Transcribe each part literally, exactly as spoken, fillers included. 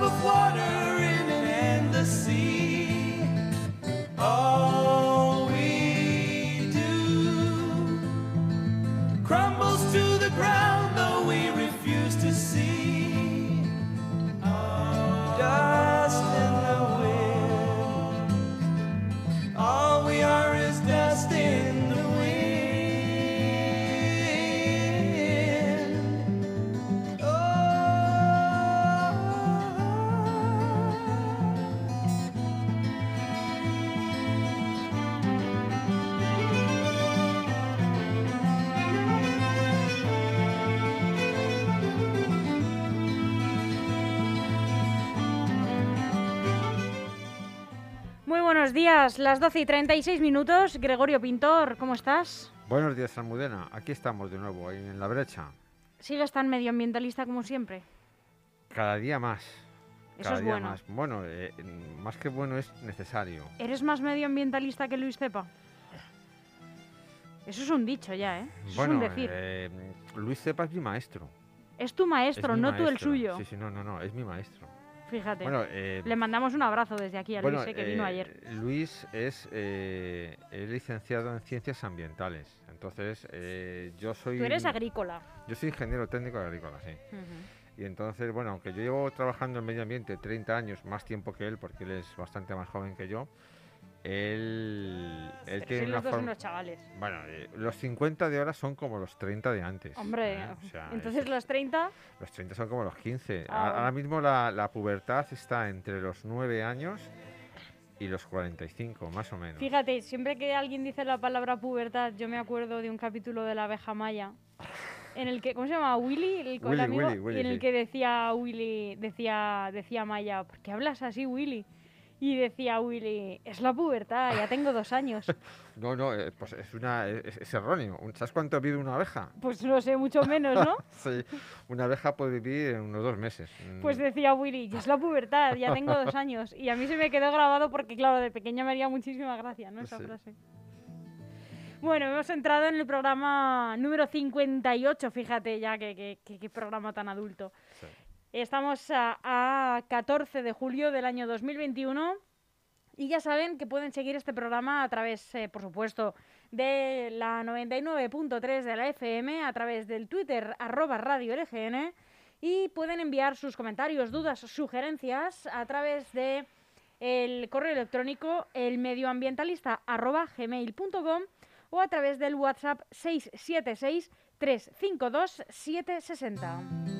of water in an endless sea. All we do crumbles to the ground, though we refuse to see. Dust in the wind. All we are is dust in the wind. Muy buenos días, las doce y treinta y seis minutos. Gregorio Pintor, ¿cómo estás? Buenos días, Almudena. Aquí estamos de nuevo, ahí en la brecha. ¿Sigues tan medioambientalista como siempre? Cada día más. Eso Cada es día bueno. más. Bueno, eh, más que bueno es necesario. ¿Eres más medioambientalista que Luis Cepa? Eso es un dicho ya, ¿eh? Eso bueno, es un decir. eh, Luis Cepa es mi maestro. Es tu maestro, Es mi no tú el maestro. suyo. Sí, sí, no, no, no, es mi maestro. Fíjate. Bueno, eh, Le mandamos un abrazo desde aquí a bueno, Luis, eh, que vino eh, ayer. Luis es, eh, es licenciado en Ciencias Ambientales. Entonces, eh, yo soy... Tú eres agrícola. Yo soy ingeniero técnico agrícola, sí. Ujú. Y entonces, bueno, aunque yo llevo trabajando en medio ambiente treinta años, más tiempo que él, porque él es bastante más joven que yo, él, él Pero tiene sois una los dos forma... unos chavales. Bueno, eh, los cincuenta de ahora son como los treinta de antes. Hombre, ¿eh? O sea, entonces es- los treinta... los treinta son como los quince. Ah. A- Ahora mismo la, la pubertad está entre los nueve años y los cuarenta y cinco, más o menos. Fíjate, siempre que alguien dice la palabra pubertad, yo me acuerdo de un capítulo de La abeja maya, en el que, ¿cómo se llama? Willy, el, el Willy, amigo, Willy, Willy, y en el sí. que decía Willy, decía, decía Maya, ¿por qué hablas así, Willy? Y decía Willy, es la pubertad, ya tengo dos años. No, no, eh, pues es, una, es, es erróneo. Un- ¿Sabes cuánto vive una abeja? Pues no sé, mucho menos, ¿no? Sí, una abeja puede vivir en unos dos meses. Mm, Pues decía Willy, ya es la pubertad, ya tengo dos años. Y a mí se me quedó grabado porque, claro, de pequeña me haría muchísima gracia, ¿no? Esa Sí. frase. Bueno, hemos entrado en el programa número cincuenta y ocho, fíjate ya qué que, que, qué programa tan adulto. sí. Estamos a, a catorce de julio del año dos mil veintiuno y ya saben que pueden seguir este programa a través, eh, por supuesto, de la noventa y nueve punto tres de la F M, a través del Twitter arroba Radio L G N, y pueden enviar sus comentarios, dudas, sugerencias a través de el correo electrónico elmedioambientalista arroba gmail punto com o a través del WhatsApp seis siete seis, tres cinco dos, siete seis cero.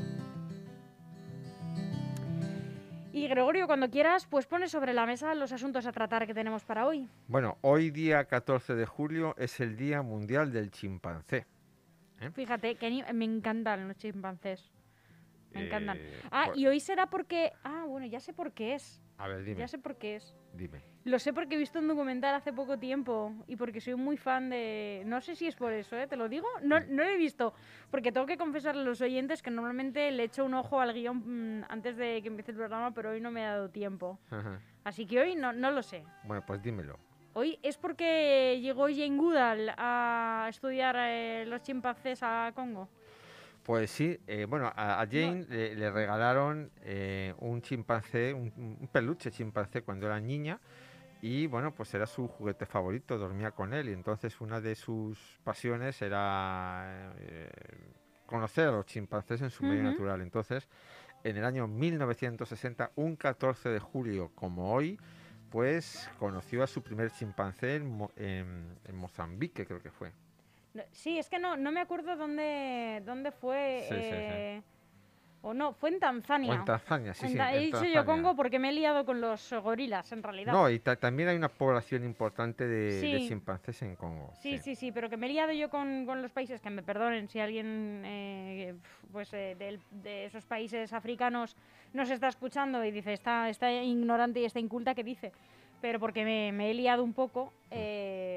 Y Gregorio, cuando quieras, pues pone sobre la mesa los asuntos a tratar que tenemos para hoy. Bueno, hoy día catorce de julio es el Día Mundial del Chimpancé. Fíjate, que ni- me encantan los chimpancés. Me encantan. Eh, Ah, por- y hoy será porque... Ah, bueno, ya sé por qué es. A ver, dime, Ya sé por qué es. dime. Lo sé porque he visto un documental hace poco tiempo y porque soy muy fan de... No sé si es por eso, ¿eh? ¿Te lo digo? No, no lo he visto, porque tengo que confesarle a los oyentes que normalmente le echo un ojo al guión mm, antes de que empiece el programa, pero hoy no me ha dado tiempo. Ajá. Así que hoy no, no lo sé. Bueno, pues dímelo. Hoy es porque llegó Jane Goodall a estudiar eh, los chimpancés a Congo. Pues sí, eh, bueno, a, a Jane le, le regalaron eh, un chimpancé, un, un peluche chimpancé cuando era niña y bueno, pues era su juguete favorito, dormía con él y entonces una de sus pasiones era eh, conocer a los chimpancés en su medio Ujú. natural. Entonces, en el año mil novecientos sesenta, un catorce de julio como hoy, pues conoció a su primer chimpancé en, Mo- en- en Mozambique, creo que fue. No, sí, es que no, no me acuerdo dónde, dónde fue. Sí, sí, sí. eh, O no, fue en Tanzania. O en Tanzania, sí, En sí. Ta- en He dicho Tanzania. yo Congo porque me he liado con los gorilas, en realidad. No, y ta- también hay una población importante de, de Sí. chimpancés en Congo. Sí, sí, sí, pero que me he liado yo con, con los países, que me perdonen si alguien eh, pues eh, del- de esos países africanos nos está escuchando y dice, está, está ignorante y está inculta, ¿qué dice? Pero porque me, me he liado un poco, eh,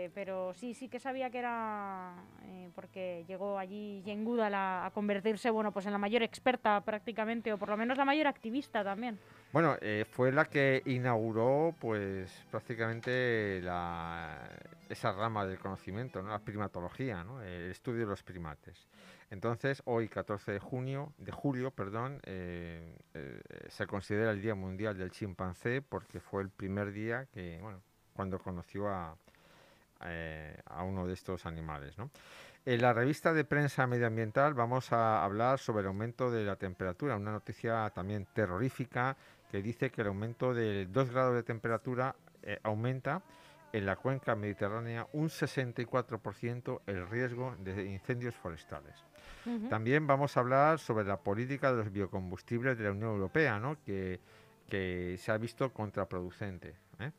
eh, pero sí, sí que sabía que era eh, porque llegó allí Jane Goodall a, a convertirse, bueno, pues en la mayor experta prácticamente, o por lo menos la mayor activista también. Bueno, eh, fue la que inauguró, pues, prácticamente la, esa rama del conocimiento, ¿no? La primatología, ¿no? El estudio de los primates. Entonces, hoy, catorce de junio, de julio, perdón, eh, eh, se considera el Día Mundial del Chimpancé porque fue el primer día que, bueno, cuando conoció a, eh, a uno de estos animales, ¿no? En la revista de prensa medioambiental vamos a hablar sobre el aumento de la temperatura, una noticia también terrorífica que dice que el aumento de dos grados de temperatura eh, aumenta en la cuenca mediterránea un sesenta y cuatro por ciento el riesgo de incendios forestales. Ujú. También vamos a hablar sobre la política de los biocombustibles de la Unión Europea, ¿no? que, que se ha visto contraproducente, ¿eh?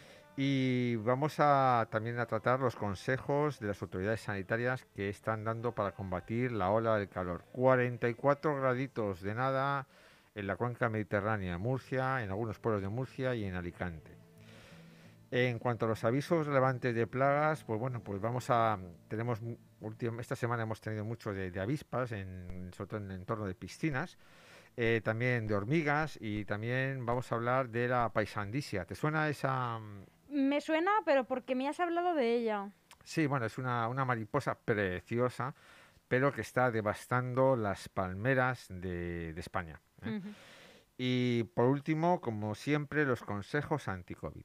Y vamos a también a tratar los consejos de las autoridades sanitarias que están dando para combatir la ola del calor. cuarenta y cuatro graditos de nada en la cuenca mediterránea, en Murcia, en algunos pueblos de Murcia y en Alicante. En cuanto a los avisos relevantes de plagas, pues bueno, pues vamos a tenemos mu- últim- esta semana hemos tenido mucho de, de avispas, en, sobre todo en el entorno de piscinas, eh, también de hormigas y también vamos a hablar de la paisandisia. ¿Te suena esa? mm, Me suena, pero porque me has hablado de ella. Sí, bueno, es una, una mariposa preciosa, pero que está devastando las palmeras de, de España, ¿eh? Ujú. Y por último, como siempre, los consejos anti-COVID.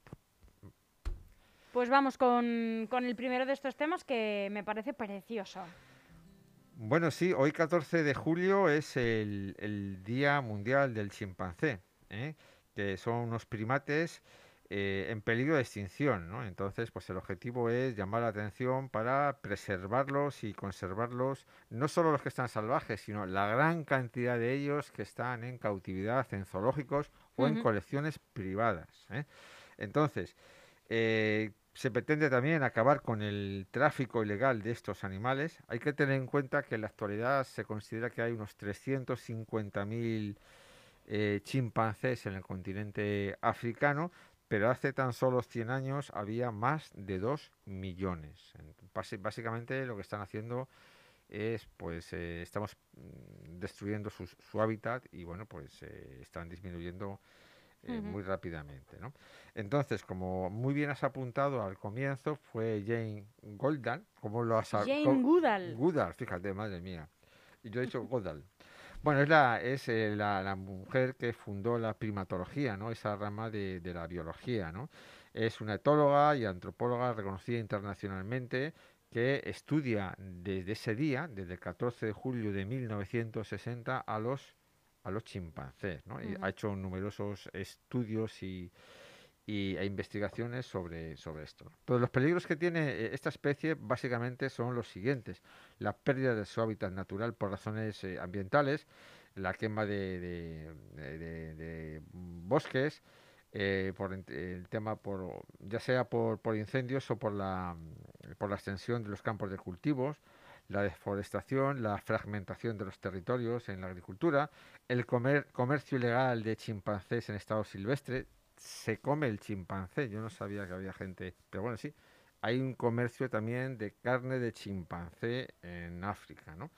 Pues vamos con, con el primero de estos temas que me parece precioso. Bueno, sí, hoy catorce de julio es el, el Día Mundial del Chimpancé, ¿eh? Que son unos primates eh, en peligro de extinción, ¿no? Entonces, pues el objetivo es llamar la atención para preservarlos y conservarlos, no solo los que están salvajes, sino la gran cantidad de ellos que están en cautividad, en zoológicos o en Ujú. colecciones privadas, ¿eh? Entonces, eh, se pretende también acabar con el tráfico ilegal de estos animales. Hay que tener en cuenta que en la actualidad se considera que hay unos trescientos cincuenta mil eh, chimpancés en el continente africano, pero hace tan solo cien años había más de dos millones. Ent- basi- Básicamente lo que están haciendo es, pues, eh, estamos mm, destruyendo sus- su hábitat y, bueno, pues eh, están disminuyendo eh, Ujú. muy rápidamente, ¿no? Entonces, como muy bien has apuntado al comienzo, fue Jane Goodall, como lo has a- Jane co- Goodall. Goodall, fíjate, madre mía. Y yo he dicho Goodall. Bueno, es la, es eh, la, la mujer que fundó la primatología, ¿no? Esa rama de, de la biología, ¿no? Es una etóloga y antropóloga reconocida internacionalmente que estudia desde ese día, desde el catorce de julio de mil novecientos sesenta, a los a los chimpancés, ¿no? Y ha Ujú. hecho numerosos estudios y, y- e investigaciones sobre, sobre esto. Pero los peligros que tiene eh, esta especie básicamente son los siguientes: la pérdida de su hábitat natural por razones eh, ambientales, la quema de, de- de- de- de bosques, eh, por ent- el tema por ya sea por, por incendios o por la por la extensión de los campos de cultivos, la deforestación, la fragmentación de los territorios en la agricultura, el comer- comercio ilegal de chimpancés en estado silvestre. Se come el chimpancé, yo no sabía que había gente, pero bueno, sí, hay un comercio también de carne de chimpancé en África, ¿no?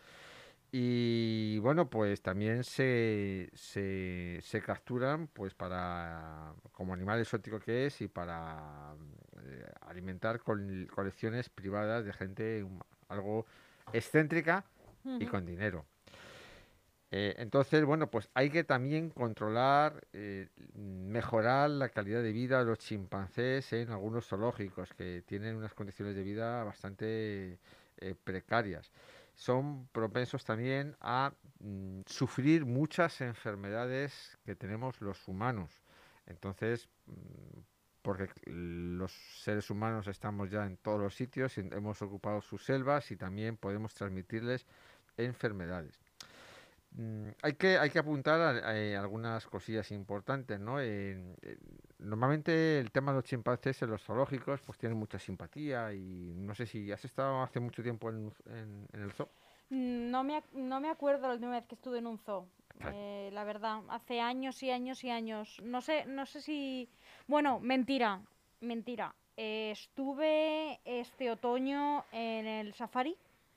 Y bueno, pues también se, se, se capturan pues para como animal exótico que es y para eh, alimentar con colecciones privadas de gente um, algo excéntrica y Ujú. con dinero. Eh, entonces, bueno, pues hay que también controlar, eh, mejorar la calidad de vida de los chimpancés en algunos zoológicos que tienen unas condiciones de vida bastante eh, precarias. Son propensos también a mm, sufrir muchas enfermedades que tenemos los humanos. Entonces, mm, porque los seres humanos estamos ya en todos los sitios, y hemos ocupado sus selvas y también podemos transmitirles enfermedades. Mm, hay que, hay que apuntar a, a, eh, algunas cosillas importantes, ¿no? En- en- normalmente el tema de los chimpancés en los zoológicos pues tienen mucha simpatía y no sé si has estado hace mucho tiempo en, un z- en- en el zoo. Mm, No me, ac- no me acuerdo la última vez que estuve en un zoo. Claro. Eh, la verdad, hace años y años y años. No sé, no sé si. Bueno, mentira, mentira. eh, estuve este otoño en el Safari,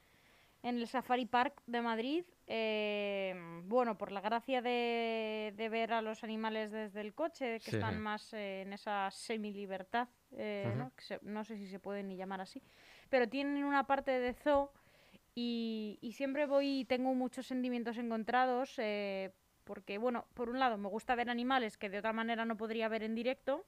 en el Safari Park de Madrid. Eh, bueno, por la gracia de, de ver a los animales desde el coche, que Sí, están más eh, en esa semi-libertad, eh, ujú. ¿no? Que se- no sé si se pueden ni llamar así, pero tienen una parte de zoo y, y siempre voy y tengo muchos sentimientos encontrados, eh, porque, bueno, por un lado me gusta ver animales que de otra manera no podría ver en directo,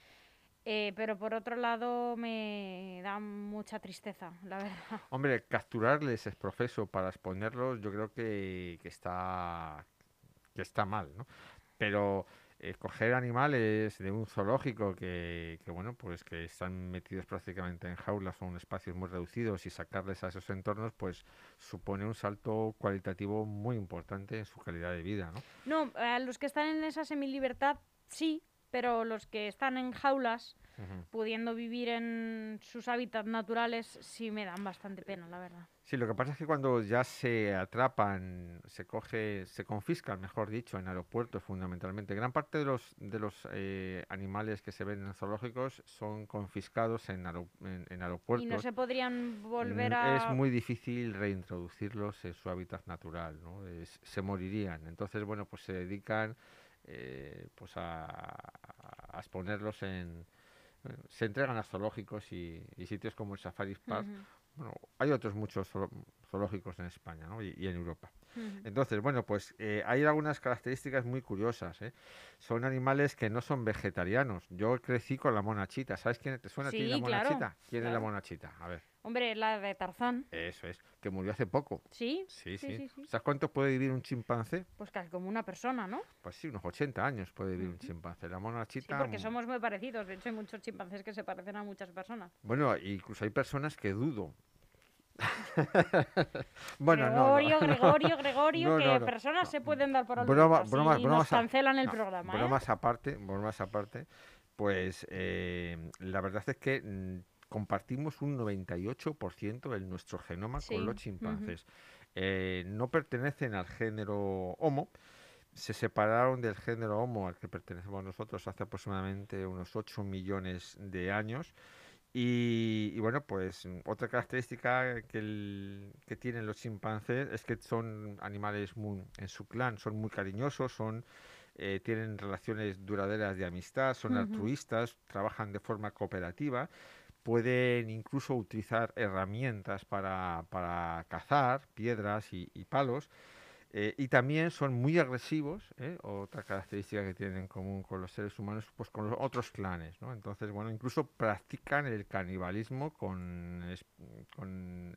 eh, pero por otro lado me da mucha tristeza, la verdad. Hombre, capturarles es profeso para exponerlos, yo creo que, que está, que está mal, ¿no? Pero eh, coger animales de un zoológico que, que, bueno, pues que están metidos prácticamente en jaulas o en espacios muy reducidos y sacarles a esos entornos, pues supone un salto cualitativo muy importante en su calidad de vida, ¿no? No, a los que están en esa semilibertad sí, pero los que están en jaulas, Ujú. pudiendo vivir en sus hábitats naturales, sí me dan bastante pena, la verdad. Sí, lo que pasa es que cuando ya se atrapan, se coge, se confiscan, mejor dicho, en aeropuertos fundamentalmente. Gran parte de los de los eh, animales que se ven en zoológicos son confiscados en, aero- en- en Y no aeropuertos. se podrían volver Mm, Es a... muy difícil reintroducirlos en su hábitat natural, ¿no? Es- se morirían. Entonces, bueno, pues se dedican eh, pues a, a exponerlos en, bueno, se entregan a zoológicos y, y sitios como el Safari Park. Ujú, Bueno, hay otros muchos zoolo- zoológicos en España, ¿no? y, y en Europa. ujú. Entonces, bueno, pues eh, hay algunas características muy curiosas, ¿eh? Son animales que no son vegetarianos. Yo crecí con la monachita. ¿Sabes quién te suena a ti la Sí, claro, monachita? ¿Quién es la claro. monachita? A ver, Hombre, la de Tarzán. eso es, que murió hace poco. Sí, Sí, sí, sí. sí, sí. ¿Sabes cuánto puede vivir un chimpancé? Pues casi como una persona, ¿no? Pues sí, unos ochenta años puede vivir un Ujú. chimpancé. La Sí, monachita, porque mm, somos muy parecidos. De hecho, hay muchos chimpancés que se parecen a muchas personas. bueno, incluso hay personas que dudo. Bueno, no, no, Gregorio, Gregorio, Gregorio, no, no, que no, personas no. se pueden dar por Broma, aludidas bromas, y nos bromas, a- cancelan el no, programa, ¿eh? bromas aparte, bromas aparte, pues eh, la verdad es que mm, compartimos un noventa y ocho por ciento de nuestro genoma con los Sí. Ujú. chimpancés. Eh, no pertenecen al género Homo, se separaron del género Homo al que pertenecemos nosotros hace aproximadamente unos ocho millones de años. Y, y bueno, pues mm, otra característica que, el- que tienen los chimpancés es que son animales muy, en su clan, son muy cariñosos, son, eh, tienen relaciones duraderas de amistad, son Ujú. altruistas, trabajan de forma cooperativa, pueden incluso utilizar herramientas para, para cazar, piedras y, y palos, eh, y también son muy agresivos, ¿eh? Otra característica que tienen en común con los seres humanos, pues con los otros clanes, ¿no? Entonces, bueno, incluso practican el canibalismo con, es- con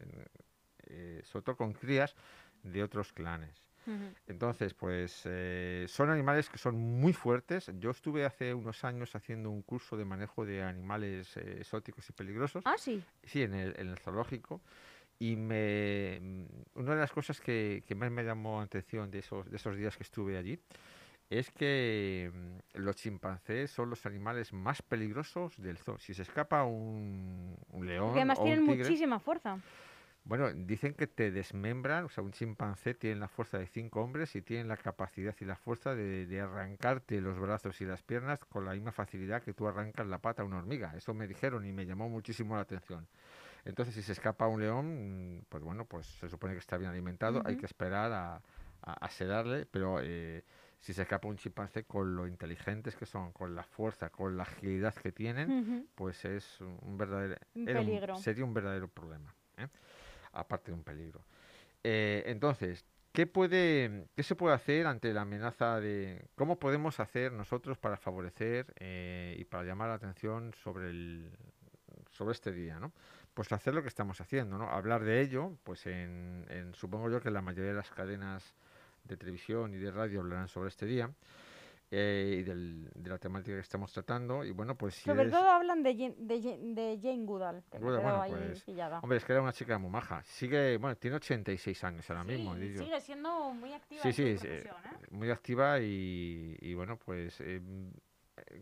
eh, sobre todo con crías de otros clanes. Ujú. Entonces, pues eh, son animales que son muy fuertes. Yo estuve hace unos años haciendo un curso de manejo de animales eh, exóticos y peligrosos, Ah, sí. sí, en el, en el zoológico. Y me, mm, una de las cosas que, que más me llamó la atención de esos, de esos días que estuve allí es que mm, los chimpancés son los animales más peligrosos del zoo. Si se escapa un, un Porque león además o un tienen tigre, muchísima fuerza. bueno, dicen que te desmembran, o sea, un chimpancé tiene la fuerza de cinco hombres y tiene la capacidad y la fuerza de, de arrancarte los brazos y las piernas con la misma facilidad que tú arrancas la pata a una hormiga. Eso me dijeron y me llamó muchísimo la atención. Entonces, si se escapa un león, mm, pues bueno, pues se supone que está bien alimentado, hay Ujú, que esperar a, a, a sedarle, pero eh, si se escapa un chimpancé con lo inteligentes que son, con la fuerza, con la agilidad que tienen, ujú. pues es un verdadero, Un era un- peligro. sería un verdadero problema, ¿eh? Aparte de un peligro. Eh, entonces, ¿qué puede, qué se puede hacer ante la amenaza de, cómo podemos hacer nosotros para favorecer eh, y para llamar la atención sobre el, sobre este día, ¿no? Pues hacer lo que estamos haciendo, ¿no? Hablar de ello, pues en, en- supongo yo que la mayoría de las cadenas de televisión y de radio hablarán sobre este día eh, y del- de la temática que estamos tratando. Y bueno, pues si Sobre eres todo hablan de Jane, de Jane, de Jane Goodall, que me bueno, quedo bueno, ahí pues, pillada. hombre, es que era una chica muy maja. Sigue, bueno, tiene ochenta y seis años ahora mismo, Sí, digo. sigue siendo muy activa Sí, en sí, su es, eh, profesión, ¿eh? muy activa y, y bueno, pues em, eh,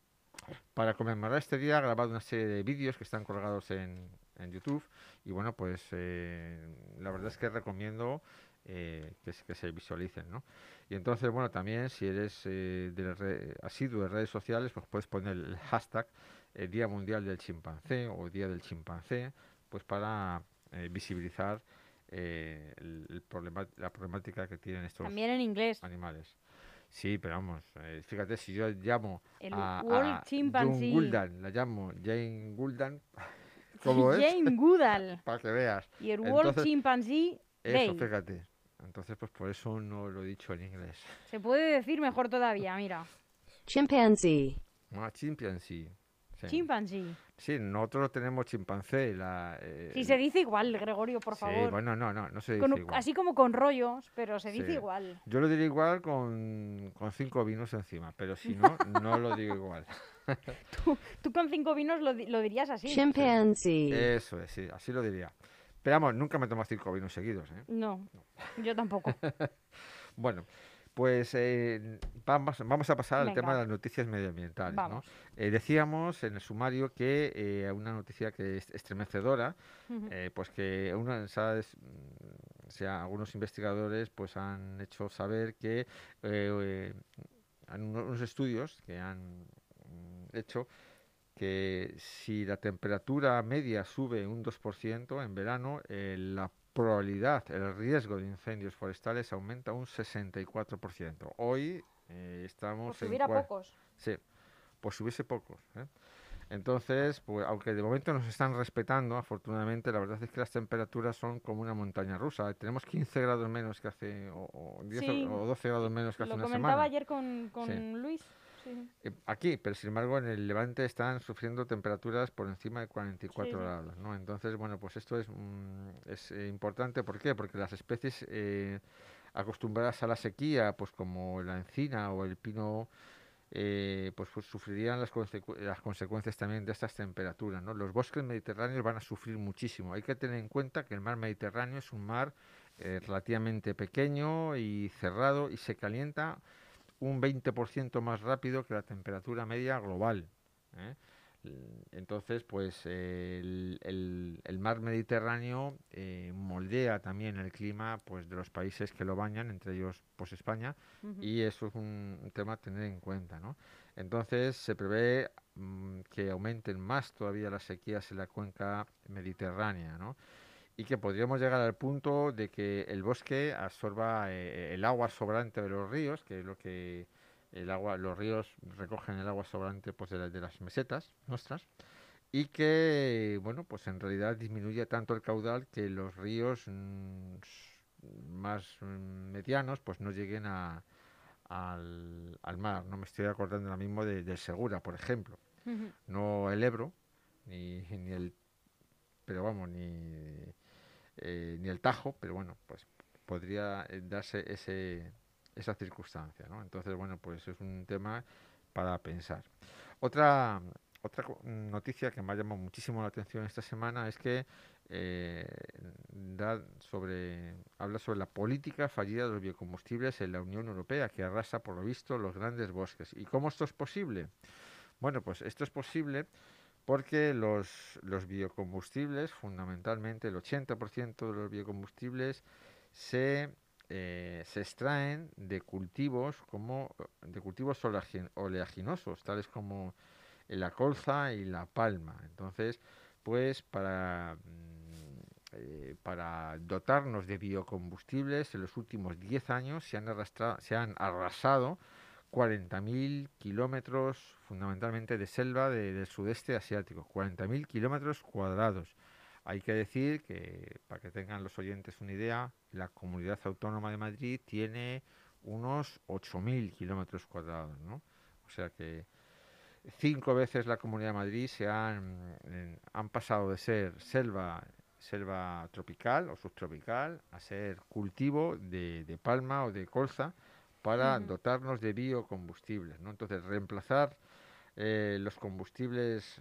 para conmemorar este día ha grabado una serie de vídeos que están colgados en, en YouTube y bueno, pues eh, la verdad es que recomiendo eh, que, se- que se visualicen, ¿no? Y entonces, bueno, también si eres eh, de re- asiduo de redes sociales, pues puedes poner el hashtag el Día Mundial del Chimpancé o Día del Chimpancé, pues para eh, visibilizar eh, el, el problema, la problemática que tienen estos También en inglés. animales. Sí, pero vamos, eh, fíjate, si yo llamo El a, World a June Chimpanzee. Gouldan, la llamo Jane Gouldan, ¿cómo es? Jane Goodall. Para que veas. Y el World Entonces, Chimpanzee eso, Day. fíjate. Entonces, pues por eso no lo he dicho en inglés. Se puede decir mejor todavía, mira. Chimpanzee. Ah, chimpancé. Sí. Chimpanzee. Sí, nosotros tenemos chimpancé. La, eh, Sí, se dice igual, Gregorio, por sí, favor. bueno, no, no, no se dice Con- igual. así como con rollos, pero se Sí. dice igual. Yo lo diría igual con, con cinco vinos encima, pero si no, no lo digo igual. Tú con cinco vinos lo, di- lo dirías así. Chimpanzee. Eso es, sí, así lo diría. Pero vamos, nunca me tomo cinco vinos seguidos, ¿eh? No, yo tampoco. Bueno, pues eh, vamos, vamos a pasar al Venga. tema de las noticias medioambientales, ¿no? Vamos. Eh, decíamos en el sumario que eh, una noticia que es estremecedora, Ujú. eh, pues que una, ¿sabes? Mm, o sea, algunos investigadores pues han hecho saber que eh, eh, han uno- unos estudios que han mm, hecho que si la temperatura media sube un dos por ciento en verano, eh, la probabilidad, el riesgo de incendios forestales aumenta un sesenta y cuatro por ciento. Hoy eh, Por estamos en... subir a cua- pocos. Sí, pues hubiese pocos, ¿eh? Entonces, pues aunque de momento nos están respetando, afortunadamente, la verdad es que las temperaturas son como una montaña rusa. Tenemos quince grados menos que hace, o, o diez o- Sí, o doce grados menos que hace Lo una comentaba semana. ayer con, con Sí. Luis. Sí, Eh, Aquí, pero sin embargo, en el Levante están sufriendo temperaturas por encima de cuarenta y cuatro Sí, sí. grados, ¿no? Entonces, bueno, pues esto es, mm, es eh, importante. ¿Por qué? Porque las especies eh, acostumbradas a la sequía, pues como la encina o el pino, eh, pues, pues sufrirían las, consecu- las consecuencias también de estas temperaturas, ¿no? Los bosques mediterráneos van a sufrir muchísimo. Hay que tener en cuenta que el mar Mediterráneo es un mar eh, relativamente pequeño y cerrado y se calienta un veinte por ciento más rápido que la temperatura media global, ¿eh? L- Entonces, pues eh, el, el- el mar Mediterráneo eh, moldea también el clima pues, de los países que lo bañan, entre ellos pues España, Ujú. y eso es un, un tema a tener en cuenta, ¿no? Entonces, se prevé mm, que aumenten más todavía las sequías en la cuenca mediterránea, ¿no? Y que podríamos llegar al punto de que el bosque absorba eh, el agua sobrante de los ríos, que es lo que el agua, los ríos recogen el agua sobrante pues, de, la- de las mesetas nuestras, y que, bueno, pues en realidad disminuye tanto el caudal que los ríos mm, s- más mm, medianos pues no lleguen a, al, al mar. No me estoy acordando ahora mismo de, del Segura, por ejemplo. Ujú. No el Ebro, ni, ni el, pero vamos, ni eh, ni el Tajo, pero bueno, pues podría eh, darse ese, esa circunstancia, ¿no? Entonces, bueno, pues es un tema para pensar. Otra, otra co- noticia que me ha llamado muchísimo la atención esta semana es que eh, da sobre, habla sobre la política fallida de los biocombustibles en la Unión Europea, que arrasa, por lo visto, los grandes bosques. ¿Y cómo esto es posible? Bueno, pues esto es posible porque los, los biocombustibles, fundamentalmente el ochenta por ciento de los biocombustibles, se, eh, se extraen de cultivos como de cultivos oleagin- oleaginosos, tales como la colza y la palma. Entonces, pues para, mm, eh, para dotarnos de biocombustibles, en los últimos diez años se han, arrastra- se han arrasado cuarenta mil kilómetros fundamentalmente de selva de- del sudeste asiático, cuarenta mil kilómetros cuadrados. Hay que decir que, para que tengan los oyentes una idea, la Comunidad Autónoma de Madrid tiene unos ocho mil kilómetros cuadrados, ¿no? O sea que cinco veces la Comunidad de Madrid se han, en- han pasado de ser selva, selva tropical o subtropical a ser cultivo de, de palma o de colza para Ujú. dotarnos de biocombustibles, ¿no? Entonces, reemplazar eh, los combustibles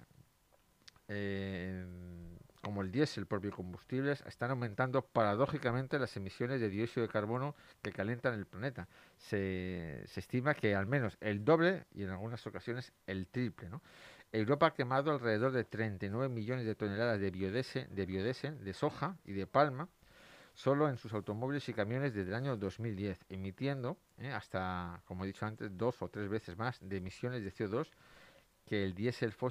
eh, como el diésel por biocombustibles están aumentando paradójicamente las emisiones de dióxido de carbono que calientan el planeta. Se, se estima que al menos el doble y en algunas ocasiones el triple, ¿no? Europa ha quemado alrededor de treinta y nueve millones de toneladas de biodiesel, de biodiesel, de soja y de palma solo en sus automóviles y camiones desde el año dos mil diez, emitiendo eh, hasta, como he dicho antes, dos o tres veces más de emisiones de C O dos que el diésel fósil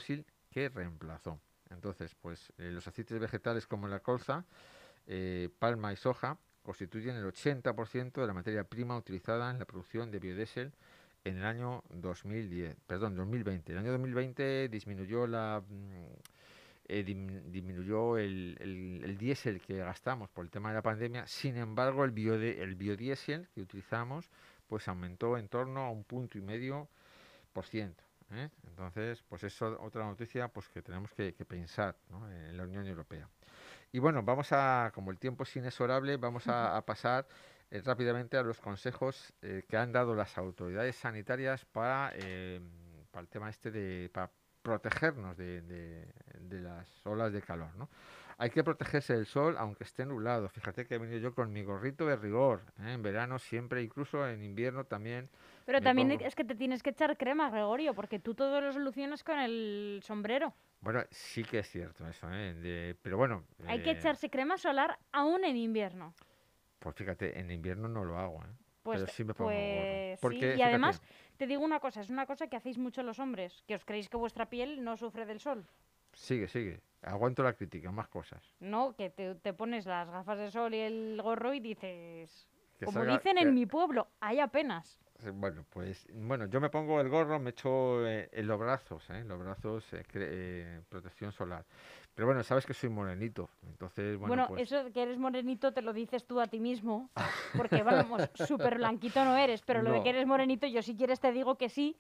que reemplazó. Entonces, pues eh, los aceites vegetales como la colza, eh, palma y soja constituyen el ochenta por ciento de la materia prima utilizada en la producción de biodiesel en el año dos mil diez, perdón, dos mil veinte. El año dos mil veinte disminuyó la mm, eh, dim- disminuyó el, el, el diésel que gastamos por el tema de la pandemia. Sin embargo, el, biode- el biodiesel que utilizamos pues aumentó en torno a un punto y medio por ciento. ¿eh? Entonces, pues eso otra noticia pues que tenemos que, que pensar, ¿no? En la Unión Europea. Y bueno, vamos a, como el tiempo es inexorable, vamos a, a pasar eh, rápidamente a los consejos eh, que han dado las autoridades sanitarias para, eh, para el tema este de para protegernos de, de- de las olas de calor, ¿no? Hay que protegerse del sol aunque esté nublado. Fíjate que he venido yo con mi gorrito de rigor, ¿eh? En verano siempre, incluso en invierno también Pero me también pongo. es que te tienes que echar crema, Gregorio, porque tú todo lo solucionas con el sombrero. Bueno, sí que es cierto eso, ¿eh? De- pero bueno, Hay que eh, echarse crema solar aún en invierno. pues fíjate, en invierno no lo hago, ¿eh? Pues, Pero sí me pongo gorro. pues sí, Porque, y fíjate, además te digo una cosa, es una cosa que hacéis mucho los hombres, que os creéis que vuestra piel no sufre del sol, sigue, sigue. Aguanto la crítica, más cosas. ¿no? Que te, te pones las gafas de sol y el gorro y dices, Que como salga, dicen que- en mi pueblo, hay apenas. eh, bueno, pues, bueno, yo me pongo el gorro, me echo eh, en los brazos, ¿eh? En los brazos, eh, cre- eh, protección solar. Pero bueno, sabes que soy morenito, entonces, bueno, Bueno, pues, eso de que eres morenito te lo dices tú a ti mismo, porque vamos, súper blanquito no eres, pero lo de que no. eres morenito yo si quieres te digo que sí,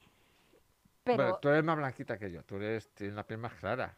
Bueno, pero tú eres más blanquita que yo, tú eres, tienes la piel más clara.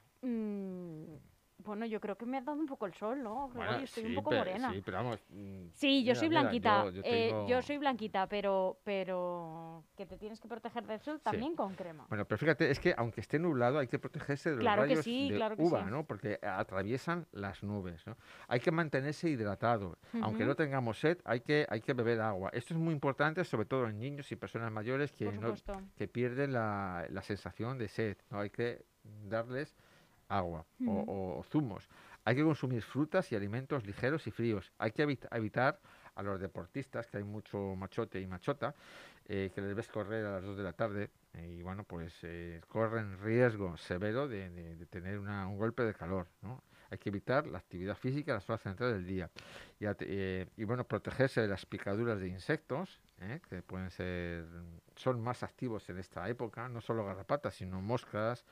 mm, bueno, yo creo que me ha dado un poco el sol, ¿no, Bueno, Gregorio? Estoy un sí, poco pero, morena. sí, pero vamos. mm, Sí, yo Mira, soy mira, blanquita, yo, yo eh, yo tengo. soy blanquita, pero, pero que te tienes que proteger del sol Sí. también con crema. Bueno, pero fíjate, es que aunque esté nublado hay que protegerse de los Claro que rayos sí, de claro que uva, sí. ¿no? Porque atraviesan las nubes, ¿no? Hay que mantenerse hidratado. Aunque Ujú, no tengamos sed, hay que, hay que beber agua. Esto es muy importante, sobre todo en niños y personas mayores que, por no, supuesto. que pierden la, la sensación de sed, ¿no? Hay que darles agua o, Ujú, o- o zumos. Hay que consumir frutas y alimentos ligeros y fríos. Hay que evit- evitar a los deportistas, que hay mucho machote y machota, eh, que les ves correr a las dos de la tarde eh, y bueno, pues eh, corren riesgo severo de, de- de tener una- un golpe de calor, ¿no? Hay que evitar la actividad física a las horas centrales del día. Y, at- eh, y bueno, protegerse de las picaduras de insectos, ¿eh? Que pueden ser, son más activos en esta época, no solo garrapatas, sino moscas,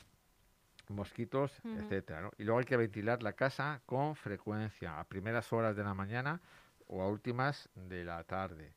mosquitos, ujú. etcétera, ¿no? Y luego hay que ventilar la casa con frecuencia, a primeras horas de la mañana o a últimas de la tarde.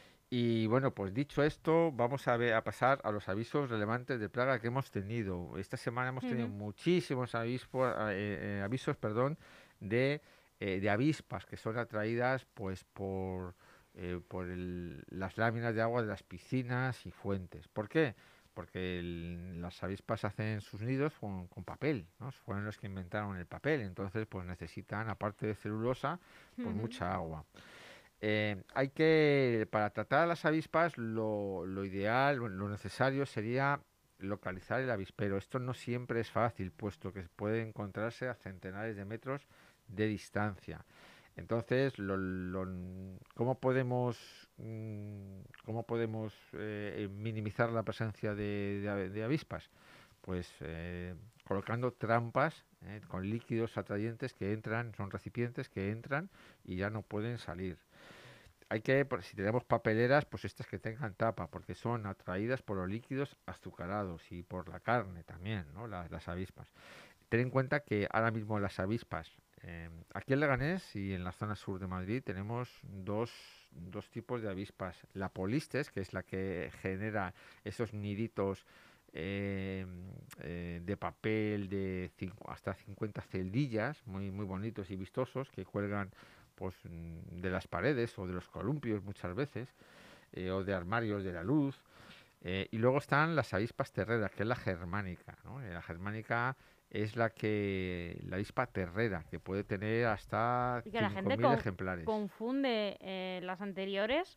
Y bueno, pues dicho esto, vamos a ver, a pasar a los avisos relevantes de plaga que hemos tenido. Esta semana hemos tenido Ujú. muchísimos avisos, eh, eh, avisos, perdón, de, eh, de avispas que son atraídas pues por, eh, por el- las láminas de agua de las piscinas y fuentes. ¿Por qué? Porque el- las avispas hacen sus nidos con, con papel, ¿no? Fueron los que inventaron el papel, entonces pues necesitan, aparte de celulosa, pues Ujú. mucha agua. Eh, hay que, para tratar a las avispas, lo, lo ideal, lo lo necesario sería localizar el avispero. Esto no siempre es fácil, puesto que puede encontrarse a centenares de metros de distancia. Entonces, lo- lo- ¿cómo podemos, mm, cómo podemos eh, minimizar la presencia de, de ave- de avispas? Pues eh, colocando trampas eh, con líquidos atrayentes que entran, son recipientes que entran y ya no pueden salir. Hay que, por- si tenemos papeleras, pues estas que tengan tapa, porque son atraídas por los líquidos azucarados y por la carne también, ¿no? Las, las avispas. Ten en cuenta que ahora mismo las avispas, eh, aquí en Leganés y en la zona sur de Madrid tenemos dos, dos tipos de avispas. La polistes, que es la que genera esos niditos eh, eh, de papel de cinco- hasta cincuenta celdillas, muy, muy bonitos y vistosos, que cuelgan pues mm, de las paredes o de los columpios muchas veces, eh, o de armarios de la luz. Eh, y luego están las avispas terreras, que es la germánica, ¿no? Eh, La germánica es la que la avispa terrera, que puede tener hasta Y que la cinco gente mil con- ejemplares. confunde eh, las anteriores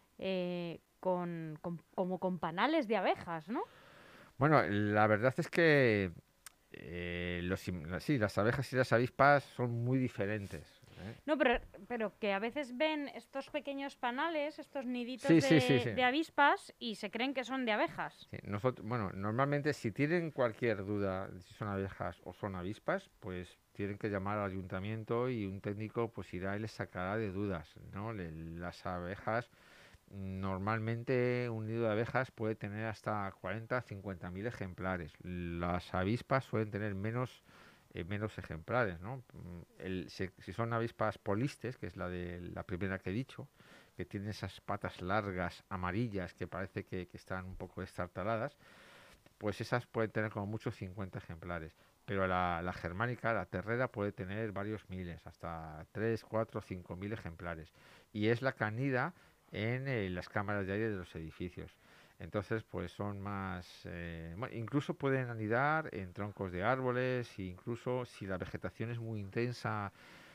eh, con, con- como con panales de abejas, ¿no? Bueno, la verdad es que eh, los, im- la- sí, las abejas y las avispas son muy diferentes, ¿eh? No, pero, Pero que a veces ven estos pequeños panales, estos niditos Sí, de, sí, sí, sí. de avispas y se creen que son de abejas. Sí, nosotros, bueno, normalmente si tienen cualquier duda de si son abejas o son avispas, pues tienen que llamar al ayuntamiento y un técnico pues irá y les sacará de dudas, ¿no? Le- las abejas, normalmente un nido de abejas puede tener hasta cuarenta, cincuenta mil ejemplares. Las avispas suelen tener menos, eh, menos ejemplares, ¿no? Mm, el- si, si son avispas polistes, que es la de la primera que he dicho, que tienen esas patas largas, amarillas, que parece que, que están un poco destartaladas, pues esas pueden tener como mucho cincuenta ejemplares. Pero la, la germánica, la terrera, puede tener varios miles, hasta tres, cuatro, cinco mil ejemplares. Y es la que anida en eh, las cámaras de aire de los edificios. Entonces, pues son más... eh, bueno, incluso pueden anidar en troncos de árboles, e incluso si la vegetación es muy intensa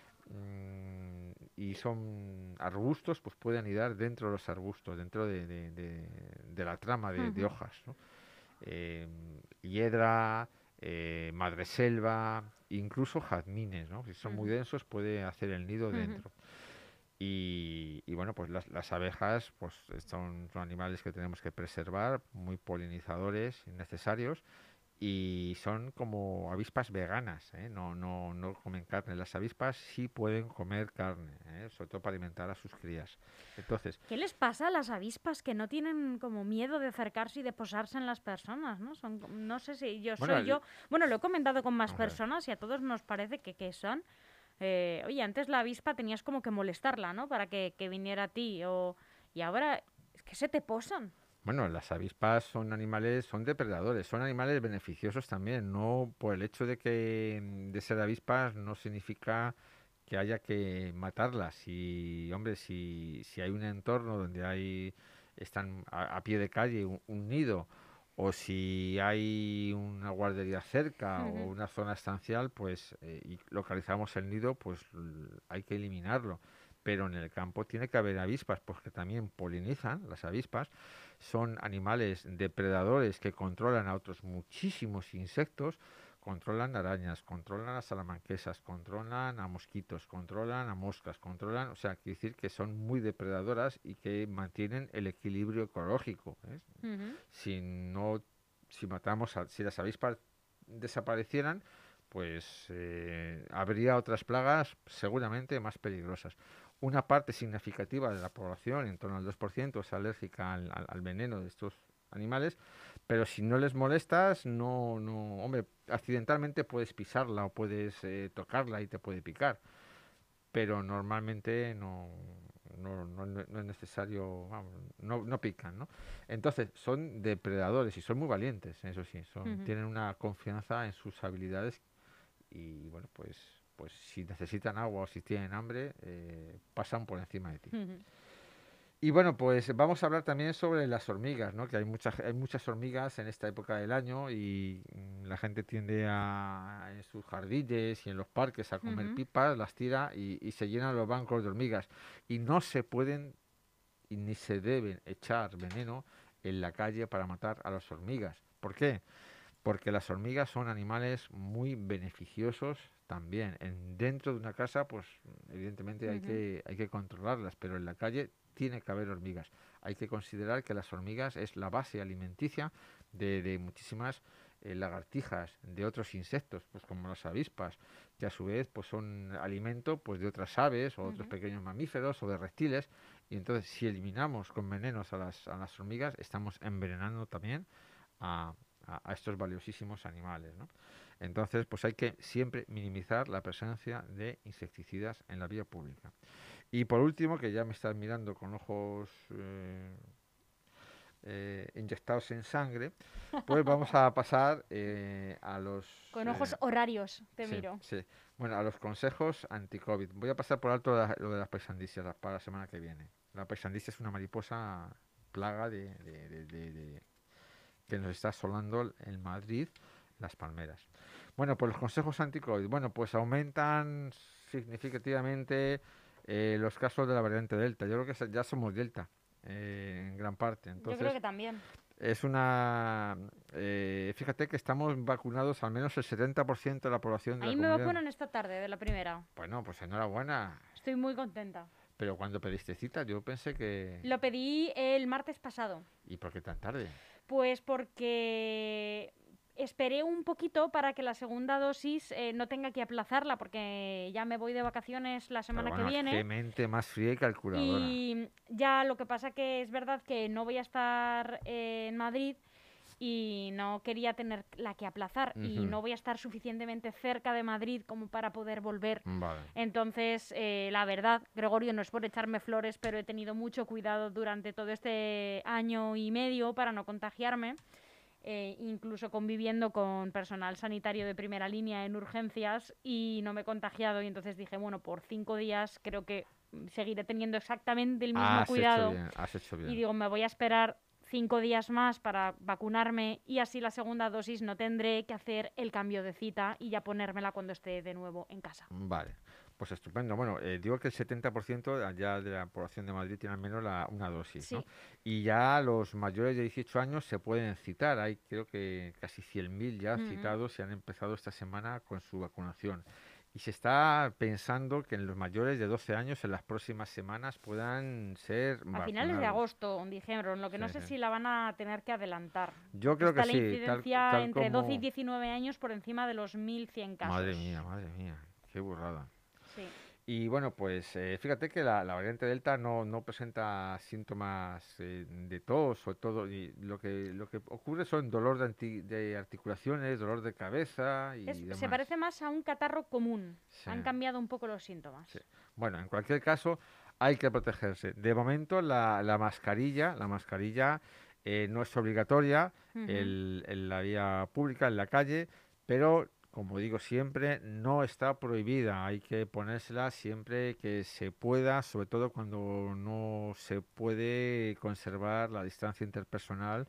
mm, y son arbustos, pues pueden anidar dentro de los arbustos, dentro de, de- de- de la trama de, de Ujú, hojas, ¿no? Eh, hiedra, eh, madreselva, incluso jazmines, ¿no? Si son muy ujú, densos puede hacer el nido ujú. dentro. Y, y bueno, pues las, las abejas pues son, son animales que tenemos que preservar, muy polinizadores necesarios y son como avispas veganas, ¿eh? No, no, no comen carne. Las avispas sí pueden comer carne, ¿eh? Sobre todo para alimentar a sus crías. Entonces, ¿Qué les pasa a las avispas que no tienen como miedo de acercarse y de posarse en las personas, ¿no? Son, como- no sé si yo bueno, soy el- yo. Bueno, lo he comentado con más vamos a ver. personas y a todos nos parece que, que son. eh, oye, antes la avispa tenías como que molestarla, ¿no? Para que, que viniera a ti. O, y ahora es que se te posan. Bueno, las avispas son animales, son depredadores, son animales beneficiosos también. No por el hecho de que mm, de ser avispas no significa que haya que matarlas. Y, hombre, si, si hay un entorno donde hay están a, a pie de calle un, un nido o si hay una guardería cerca o Ujú, una zona estancial, pues eh, y localizamos el nido, pues l- hay que eliminarlo. Pero en el campo tiene que haber avispas, porque también polinizan las avispas son animales depredadores que controlan a otros muchísimos insectos, controlan arañas, controlan a salamanquesas, controlan a mosquitos, controlan a moscas, controlan, o sea, quiere decir que son muy depredadoras y que mantienen el equilibrio ecológico, ¿eh? ujú. Si no, si matamos, a, si las avispas desaparecieran, pues eh, habría otras plagas seguramente más peligrosas. Una parte significativa de la población, en torno al dos por ciento, es alérgica al, al- al veneno de estos animales, pero si no les molestas, no, no, hombre, accidentalmente puedes pisarla o puedes eh, tocarla y te puede picar, pero normalmente no, no, no, no no es necesario, vamos, no, no pican, ¿no? Entonces, son depredadores y son muy valientes, eso sí, son, Ujú, tienen una confianza en sus habilidades y bueno, pues, pues si necesitan agua o si tienen hambre, eh, pasan por encima de ti. ujú. Y bueno, pues vamos a hablar también sobre las hormigas, ¿no? Que hay muchas, hay muchas hormigas en esta época del año y mm, la gente tiende a, en sus jardines y en los parques a comer Ujú. pipas, las tira y, y se llenan los bancos de hormigas. Y no se pueden y ni se deben echar veneno en la calle para matar a las hormigas. ¿Por qué? Porque las hormigas son animales muy beneficiosos también. En, dentro de una casa, pues evidentemente hay Ujú, que, hay que controlarlas, pero en la calle tiene que haber hormigas. Hay que considerar que las hormigas es la base alimenticia de, de muchísimas eh, lagartijas, de otros insectos, pues como las avispas, que a su vez pues son alimento pues de otras aves o otros ujú. pequeños mamíferos o de reptiles. Y entonces si eliminamos con venenos a las, a las hormigas, estamos envenenando también a, a- a estos valiosísimos animales, ¿no? Entonces, pues hay que siempre minimizar la presencia de insecticidas en la vía pública. Y por último, que ya me estás mirando con ojos eh, eh, inyectados en sangre, pues vamos a pasar eh, a los... Con eh, ojos horarios, te sí, miro. sí. Bueno, a los consejos anti-COVID. Voy a pasar por alto la- lo de las peisandicias la- para la semana que viene. La peisandicia es una mariposa plaga de, de- de- de- de- que nos está asolando en Madrid, las palmeras. Bueno, pues los consejos anti-COVID. Bueno, pues aumentan significativamente eh, los casos de la variante Delta. Yo creo que ya somos Delta eh, en gran parte. Yo creo Entonces, que también. es una... eh, fíjate que estamos vacunados al menos el setenta por ciento de la población de Ahí la me comunidad. vacunan esta tarde de la primera. Bueno, pues enhorabuena. Estoy muy contenta. Pero cuando pediste cita, yo pensé que... Lo pedí el martes pasado. ¿Y por qué tan tarde? Pues porque esperé un poquito para que la segunda dosis eh, no tenga que aplazarla, porque ya me voy de vacaciones la semana Pero bueno, que viene. qué mente más fría y calculadora. Y ya lo que pasa que es verdad que no voy a estar eh, en Madrid y no quería tener la que aplazar y Ujú. no voy a estar suficientemente cerca de Madrid como para poder volver. Vale. Entonces, eh, la verdad, Gregorio, no es por echarme flores, pero he tenido mucho cuidado durante todo este año y medio para no contagiarme, eh, incluso conviviendo con personal sanitario de primera línea en urgencias y no me he contagiado y entonces dije, bueno, por cinco días creo que seguiré teniendo exactamente el mismo Has cuidado hecho bien, has hecho bien. y digo, me voy a esperar cinco días más para vacunarme y así la segunda dosis no tendré que hacer el cambio de cita y ya ponérmela cuando esté de nuevo en casa. Vale, pues estupendo. Bueno, eh, digo que el setenta por ciento ya de la población de Madrid tiene al menos la, una dosis, ¿no? Sí. Y ya los mayores de dieciocho años se pueden citar. Hay creo que casi cien mil ya Ujú. citados y han empezado esta semana con su vacunación. Y se está pensando que en los mayores de doce años en las próximas semanas puedan ser A finales de vacunados. agosto, dijeron, lo que no Sí, sé sí. si la van a tener que adelantar. Yo porque creo que está la sí, tal, incidencia tal entre como... doce y diecinueve años por encima de los mil cien casos. Madre mía, madre mía, qué burrada. Sí. Y bueno, pues eh, fíjate que la, la variante Delta no, no presenta síntomas eh, de tos o todo. Y lo que lo que ocurre son dolor de, anti- de articulaciones, dolor de cabeza y Es- demás. se parece más a un catarro común. Sí, Han cambiado un poco los síntomas. sí. Bueno, en cualquier caso, hay que protegerse. De momento, la, la mascarilla, la mascarilla eh, no es obligatoria Ujú. el- en la vía pública, en la calle, pero como digo siempre, no está prohibida. Hay que ponérsela siempre que se pueda, sobre todo cuando no se puede conservar la distancia interpersonal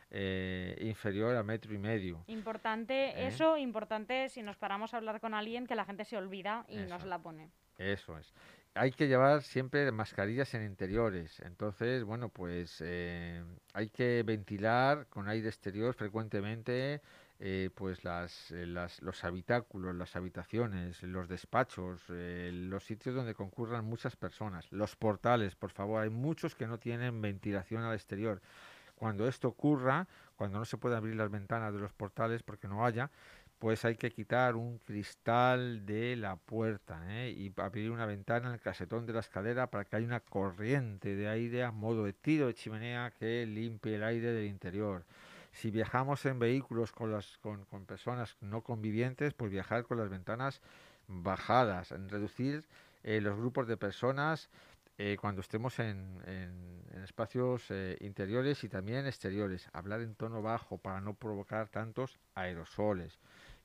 eh, inferior a metro y medio. Importante ¿Eh? eso, importante si nos paramos a hablar con alguien que la gente se olvida y no Eso. se la pone. Eso es. Hay que llevar siempre mascarillas en interiores. Entonces, bueno, pues eh, hay que ventilar con aire exterior frecuentemente eh, pues las, eh, las- los habitáculos, las habitaciones, los despachos, eh, los sitios donde concurran muchas personas. Los portales, por favor, hay muchos que no tienen ventilación al exterior. Cuando esto ocurra, cuando no se puede abrir las ventanas de los portales porque no haya, pues hay que quitar un cristal de la puerta, ¿eh? Y abrir una ventana en el casetón de la escalera para que haya una corriente de aire a modo de tiro de chimenea que limpie el aire del interior. Si viajamos en vehículos con, las, con, con personas no convivientes, pues viajar con las ventanas bajadas, en reducir eh, los grupos de personas eh, cuando estemos en, en- en espacios eh, interiores y también exteriores. Hablar en tono bajo para no provocar tantos aerosoles.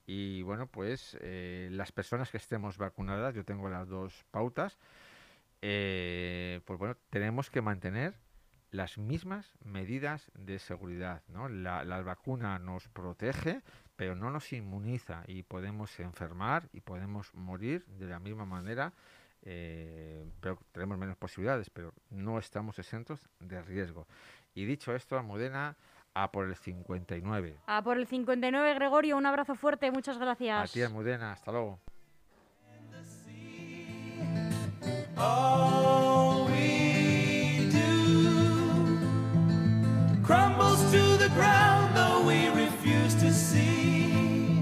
Y bueno, pues eh, las personas que estemos vacunadas, yo tengo las dos pautas, eh, pues bueno, tenemos que mantener las mismas medidas de seguridad, ¿no? La, la vacuna nos protege, pero no nos inmuniza y podemos enfermar y podemos morir de la misma manera, eh, pero tenemos menos posibilidades, pero no estamos exentos de riesgo. Y dicho esto, Almudena, a por el cincuenta y nueve. Ah, por el cincuenta y nueve, Gregorio, un abrazo fuerte, muchas A gracias. ti, Almudena, hasta luego. All we do crumbles to the ground, though we refuse to see.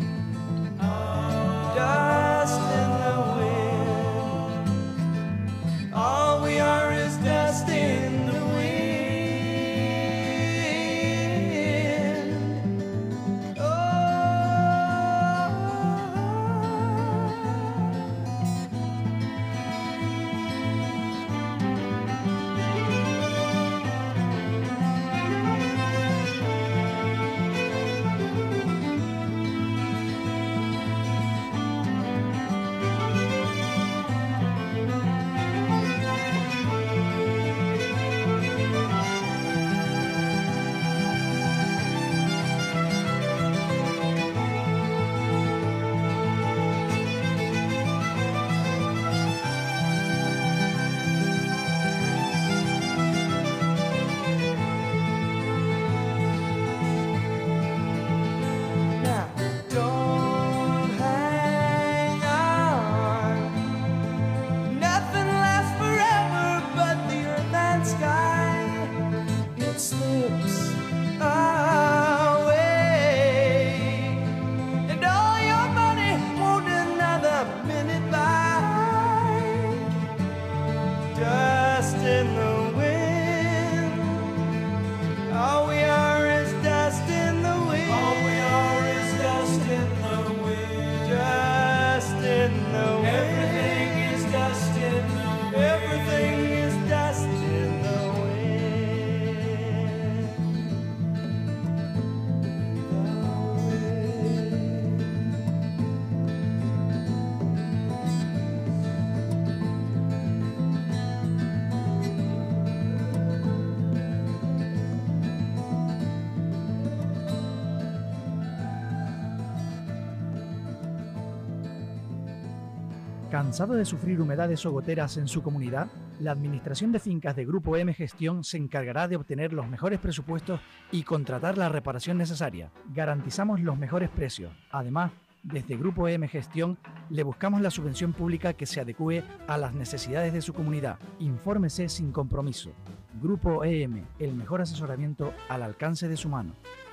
Dust in the wind. All we are is dust in the wind. Oh. ¿Cansado de sufrir humedades o goteras en su comunidad? La Administración de Fincas de Grupo M Gestión se encargará de obtener los mejores presupuestos y contratar la reparación necesaria. Garantizamos los mejores precios. Además, desde Grupo M Gestión le buscamos la subvención pública que se adecúe a las necesidades de su comunidad. Infórmese sin compromiso. Grupo E M, el mejor asesoramiento al alcance de su mano.